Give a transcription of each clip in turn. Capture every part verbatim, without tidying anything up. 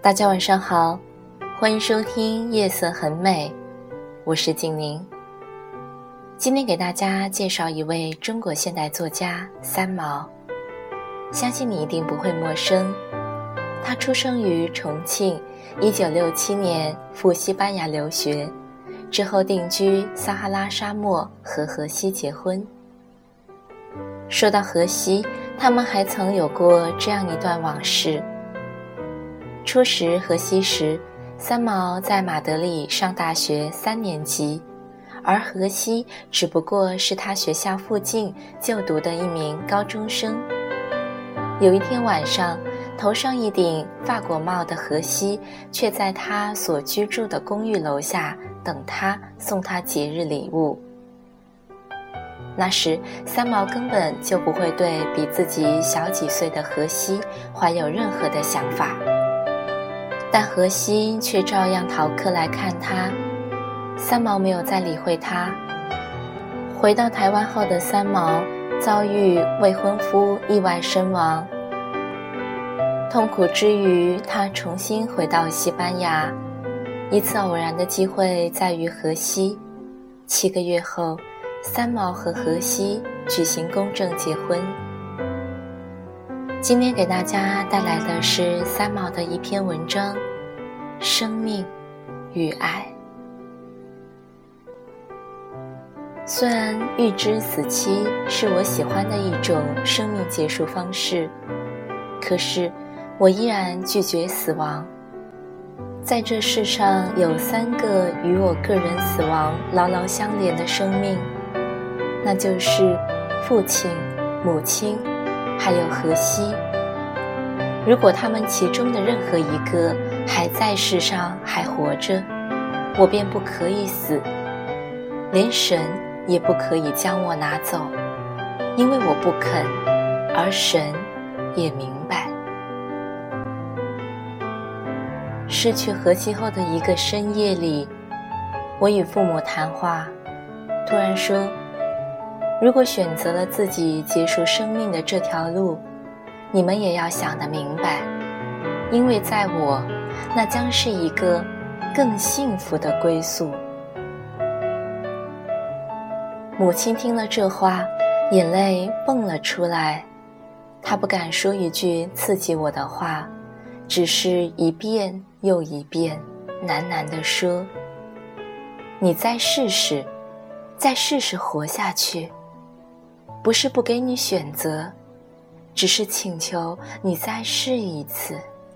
大家晚上好，欢迎收听夜色很美，我是景宁。今天给大家介绍一位中国现代作家三毛，相信你一定不会陌生。他出生于重庆，一九六七年赴西班牙留学，之后定居撒哈拉沙漠和荷西结婚。说到荷西，他们还曾有过这样一段往事。初识荷西时，三毛在马德里上大学三年级，而荷西只不过是他学校附近就读的一名高中生。有一天晚上，头上一顶法国帽的荷西却在他所居住的公寓楼下等他，送他节日礼物。那时三毛根本就不会对比自己小几岁的荷西怀有任何的想法，但荷西却照样逃课来看他。三毛没有再理会他。回到台湾后的三毛遭遇未婚夫意外身亡，痛苦之余，他重新回到西班牙。一次偶然的机会在于荷西，七个月后，三毛和荷西举行公证结婚。今天给大家带来的是三毛的一篇文章《生命与爱》。虽然预知死期是我喜欢的一种生命结束方式，可是我依然拒绝死亡。在这世上有三个与我个人死亡牢牢相连的生命，那就是父亲、母亲还有荷西。如果他们其中的任何一个还在世上还活着，我便不可以死，连神也不可以将我拿走，因为我不肯，而神也明白。失去荷西后的一个深夜里，我与父母谈话，突然说，如果选择了自己结束生命的这条路，你们也要想得明白，因为在我，那将是一个更幸福的归宿。母亲听了这话，眼泪蹦了出来。她不敢说一句刺激我的话，只是一遍又一遍喃喃地说，你再试试，再试试活下去，不是不给你选择，只是请求你再试一次。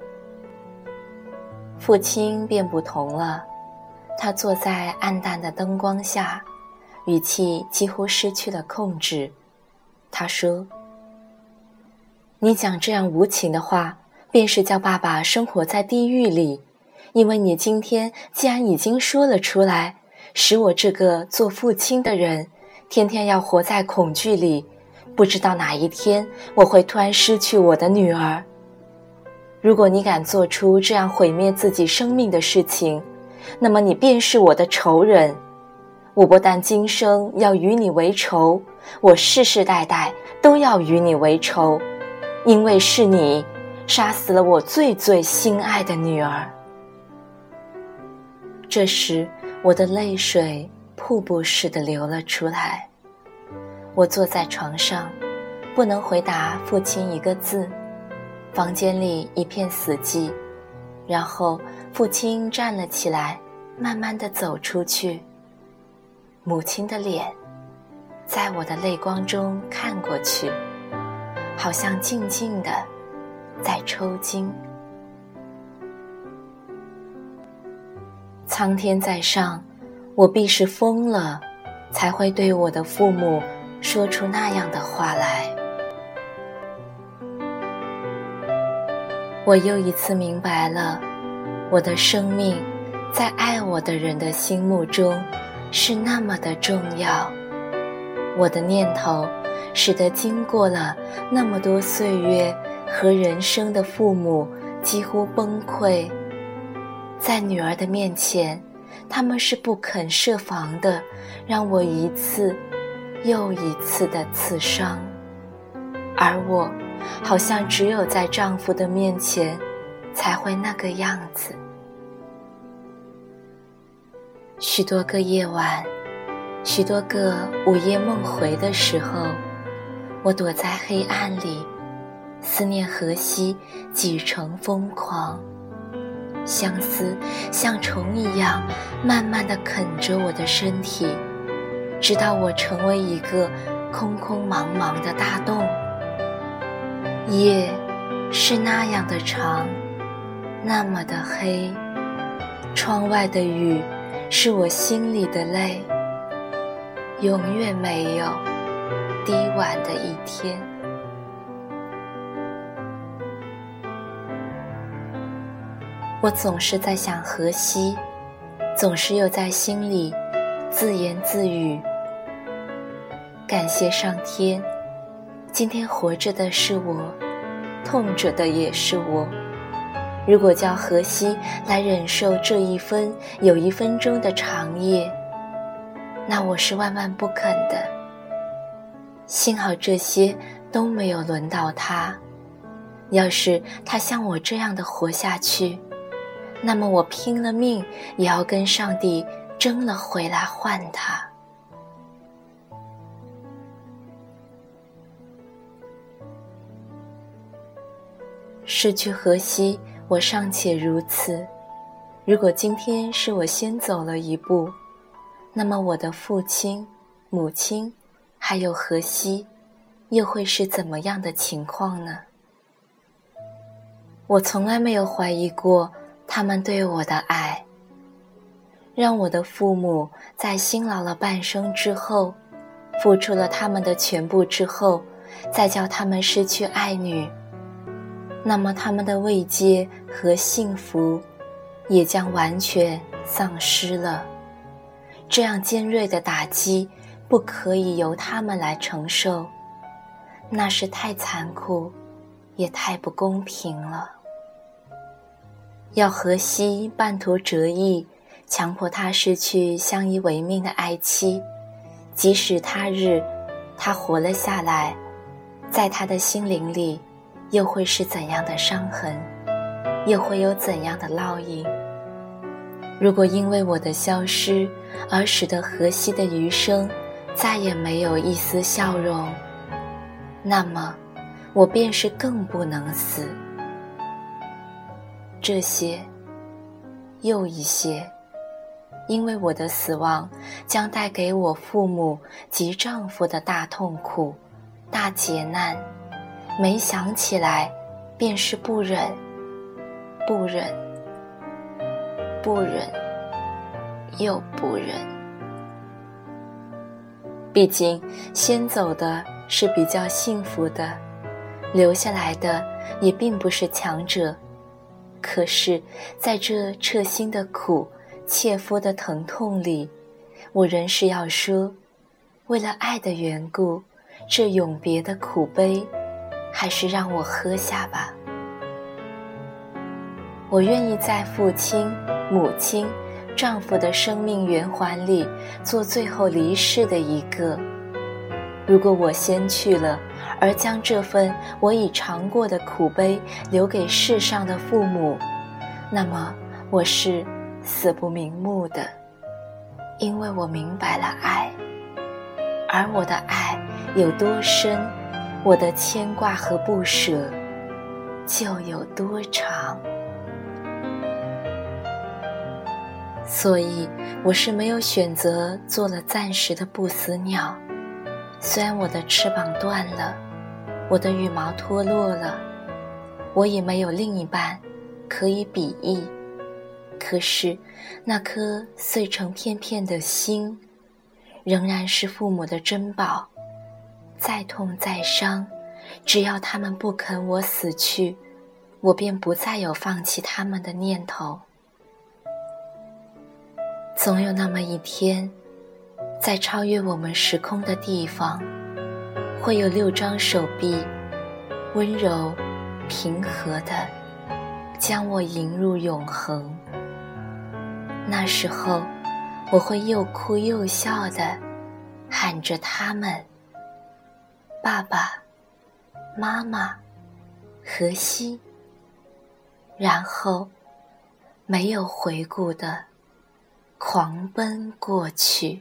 父亲便不同了，他坐在暗淡的灯光下，语气几乎失去了控制。他说，你讲这样无情的话，便是叫爸爸生活在地狱里，因为你今天既然已经说了出来，使我这个做父亲的人天天要活在恐惧里，不知道哪一天我会突然失去我的女儿。如果你敢做出这样毁灭自己生命的事情，那么你便是我的仇人。我不但今生要与你为仇，我世世代代都要与你为仇，因为是你杀死了我最最心爱的女儿。这时我的泪水瀑布似的流了出来。我坐在床上，不能回答父亲一个字，房间里一片死寂。然后父亲站了起来，慢慢地走出去。母亲的脸在我的泪光中看过去，好像静静地在抽筋。苍天在上，我必是疯了，才会对我的父母说出那样的话来。我又一次明白了，我的生命在爱我的人的心目中是那么的重要。我的念头使得经过了那么多岁月和人生的父母几乎崩溃。在女儿的面前，他们是不肯设防的，让我一次又一次的刺伤。而我好像只有在丈夫的面前才会那个样子。许多个夜晚，许多个午夜梦回的时候，我躲在黑暗里，思念河西几成疯狂，相思像虫一样慢慢地啃着我的身体，直到我成为一个空空茫茫的大洞。夜是那样的长，那么的黑，窗外的雨是我心里的泪，永远没有低晚的一天。我总是在想河西，总是又在心里自言自语，感谢上天，今天活着的是我，痛着的也是我。如果叫河西来忍受这一分有一分钟的长夜，那我是万万不肯的。幸好这些都没有轮到他，要是他像我这样的活下去，那么我拼了命也要跟上帝争了回来换他。失去河西，我尚且如此，如果今天是我先走了一步，那么我的父亲、母亲还有河西又会是怎么样的情况呢？我从来没有怀疑过他们对我的爱，让我的父母在辛劳了半生之后，付出了他们的全部之后，再叫他们失去爱女，那么他们的慰藉和幸福也将完全丧失了。这样尖锐的打击不可以由他们来承受，那是太残酷也太不公平了。要河西半途折翼，强迫他失去相依为命的爱妻，即使他日他活了下来，在他的心灵里又会是怎样的伤痕，又会有怎样的烙印？如果因为我的消失而使得河西的余生再也没有一丝笑容，那么我便是更不能死。这些又一些，因为我的死亡将带给我父母及丈夫的大痛苦、大劫难，没想起来便是不忍，不忍，不忍，又不忍。毕竟先走的是比较幸福的，留下来的也并不是强者。可是在这彻心的苦、切肤的疼痛里，我仍是要说，为了爱的缘故，这永别的苦悲还是让我喝下吧。我愿意在父亲、母亲、丈夫的生命圆环里做最后离世的一个。如果我先去了，而将这份我已尝过的苦悲留给世上的父母，那么我是死不瞑目的，因为我明白了爱，而我的爱有多深，我的牵挂和不舍就有多长。所以我是没有选择做了暂时的不死鸟，虽然我的翅膀断了，我的羽毛脱落了，我也没有另一半可以比翼，可是那颗碎成片片的心仍然是父母的珍宝，再痛再伤，只要他们不肯我死去，我便不再有放弃他们的念头。总有那么一天，在超越我们时空的地方，会有六张手臂温柔平和地将我引入永恒。那时候我会又哭又笑地喊着他们，爸爸妈妈，河西， 然后没有回顾的狂奔过去。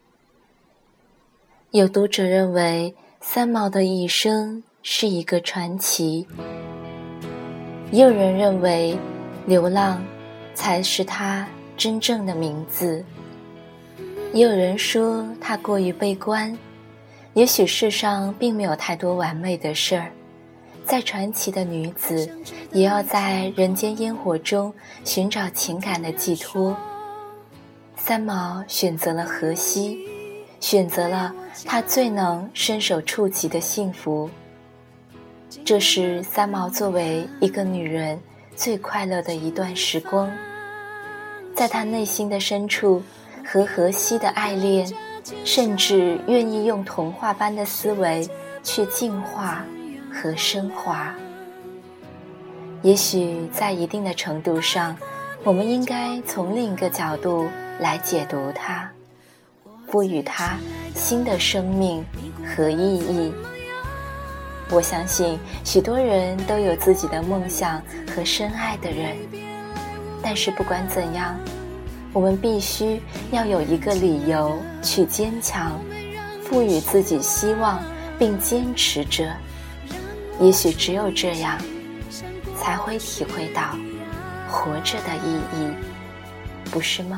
有读者认为三毛的一生是一个传奇，也有人认为流浪才是他真正的名字，也有人说他过于悲观，也许世上并没有太多完美的事儿，再传奇的女子也要在人间烟火中寻找情感的寄托。三毛选择了荷西，选择了她最能伸手触及的幸福，这是三毛作为一个女人最快乐的一段时光。在她内心的深处，和荷西的爱恋，甚至愿意用童话般的思维去净化和升华。也许在一定的程度上，我们应该从另一个角度来解读它，赋予它新的生命和意义。我相信许多人都有自己的梦想和深爱的人，但是不管怎样，我们必须要有一个理由去坚强，赋予自己希望并坚持着。也许只有这样，才会体会到活着的意义，不是吗？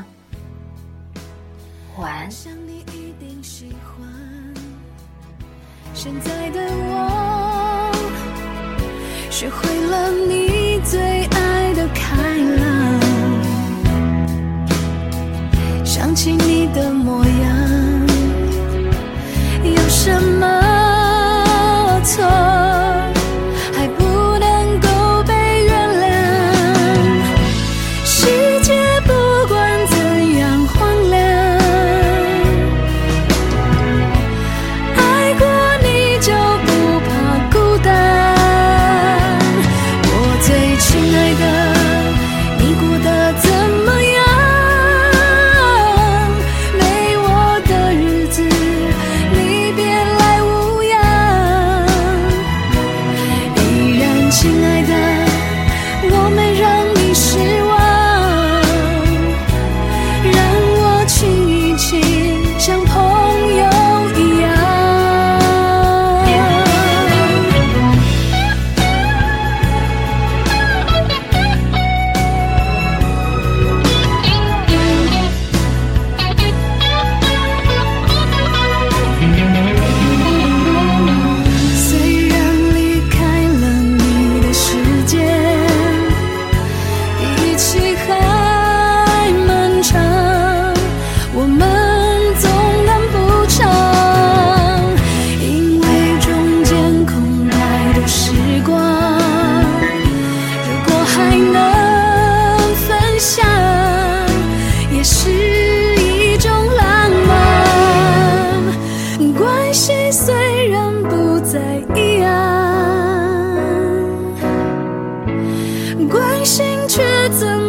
晚安。 现在的我学会了你最爱的开朗，想起你的模样，有什么错还不能够被原谅？世界不管怎样荒凉，爱过你就不怕孤单。我最亲爱的，你过得怎么样？没我的日子你别来无恙。依然亲爱的，我没让你失望，让我亲一亲，像朋友一样。虽然离开了你的世界，一起还漫长，我们总难不长，因为中间空白的时光，如果还能分享，也是一种浪漫。关系虽然不再一样，关心却怎